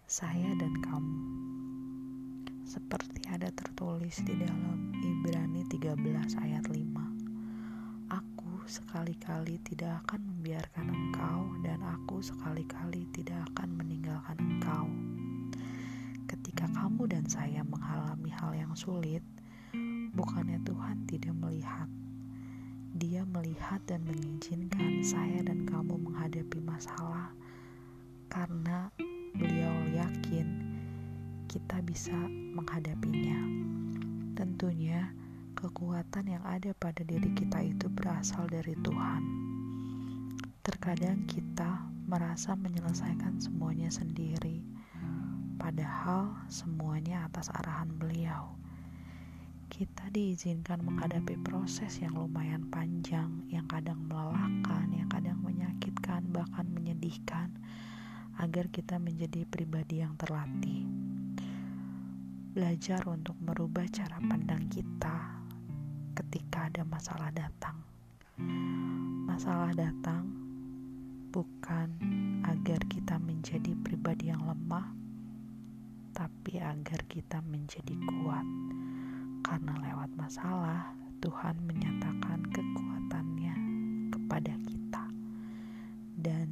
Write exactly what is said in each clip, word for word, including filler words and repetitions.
saya dan kamu. Seperti ada tertulis di dalam Ibrani tiga belas ayat lima. Aku sekali-kali tidak akan membiarkan engkau dan aku sekali-kali tidak akan meninggalkan engkau. Ketika kamu dan saya mengalami hal yang sulit, bukannya Tuhan tidak melihat. Dia melihat dan mengizinkan saya dan kamu menghadapi masalah karena Beliau yakin kita bisa menghadapinya. Tentunya kekuatan yang ada pada diri kita itu berasal dari Tuhan. Terkadang kita merasa menyelesaikan semuanya sendiri, padahal semuanya atas arahan Beliau. Kita diizinkan menghadapi proses yang lumayan panjang, yang kadang melelahkan, yang kadang menyakitkan, bahkan menyedihkan, agar kita menjadi pribadi yang terlatih. Belajar untuk merubah cara pandang kita ketika ada masalah datang. Masalah datang bukan agar kita menjadi pribadi yang lemah, tapi agar kita menjadi kuat. Karena lewat masalah, Tuhan menyatakan kekuatannya kepada kita. Dan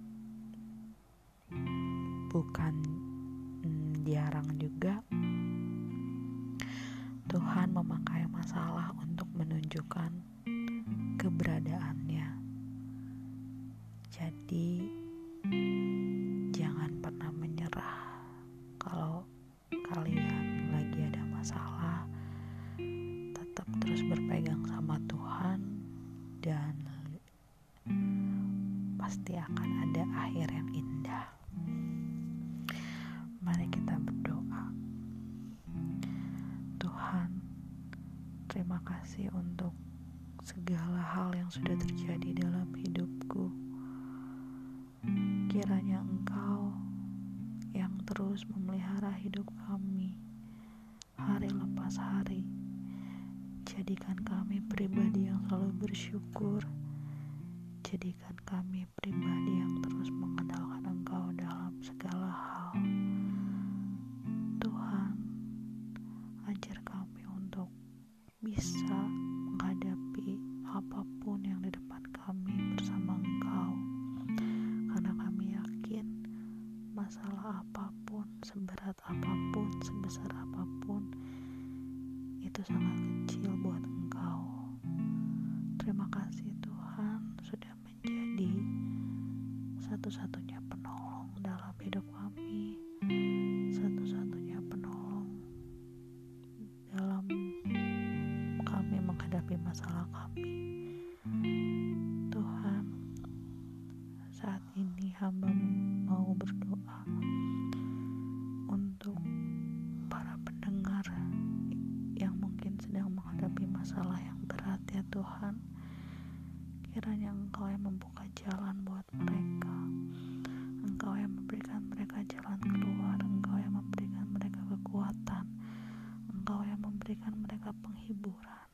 bukan hmm, jarang juga Tuhan memakai masalah untuk menunjukkan keberadaannya. Jadi jangan pernah menyerah. Kalau kalian lagi ada masalah, tetap terus berpegang sama Tuhan dan pasti akan ada akhir yang indah. Mari kita berdoa. Tuhan, terima kasih untuk segala hal yang sudah terjadi dalam hidupku. Kiranya Engkau yang terus memelihara hidup kami hari lepas hari. Jadikan kami pribadi yang selalu bersyukur. Jadikan kami pribadi yang terus mengandalkan Engkau dalam segala hal. Tuhan, ajar kami untuk bisa menghadapi apapun yang di depan kami bersama Engkau. Karena kami yakin masalah apapun, seberat apapun, sebesar apapun, itu sangat kecil buat Engkau. Terima kasih Tuhan sudah menjadi satu-satunya penolong dalam hidup kami, satu-satunya penolong dalam kami menghadapi masalah kami. Tuhan, saat ini hamba mau berdoa untuk para pendengar yang mungkin sedang menghadapi masalah yang berat ya Tuhan. Kiranya Engkau yang membuka jalan buat mereka. Engkau yang memberikan mereka jalan keluar. Engkau yang memberikan mereka kekuatan. Engkau yang memberikan mereka penghiburan.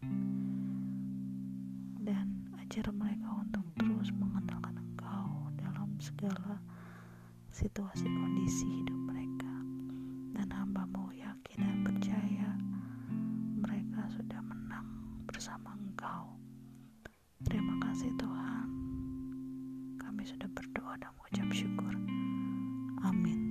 Dan ajar mereka untuk terus mengandalkan Engkau dalam segala situasi kondisi hidup mereka. Dan hamba mau yakin dan percaya mereka sudah menang bersama Engkau. Terima kasih Tuhan. Kami sudah berdoa dan mengucap syukur. Amin.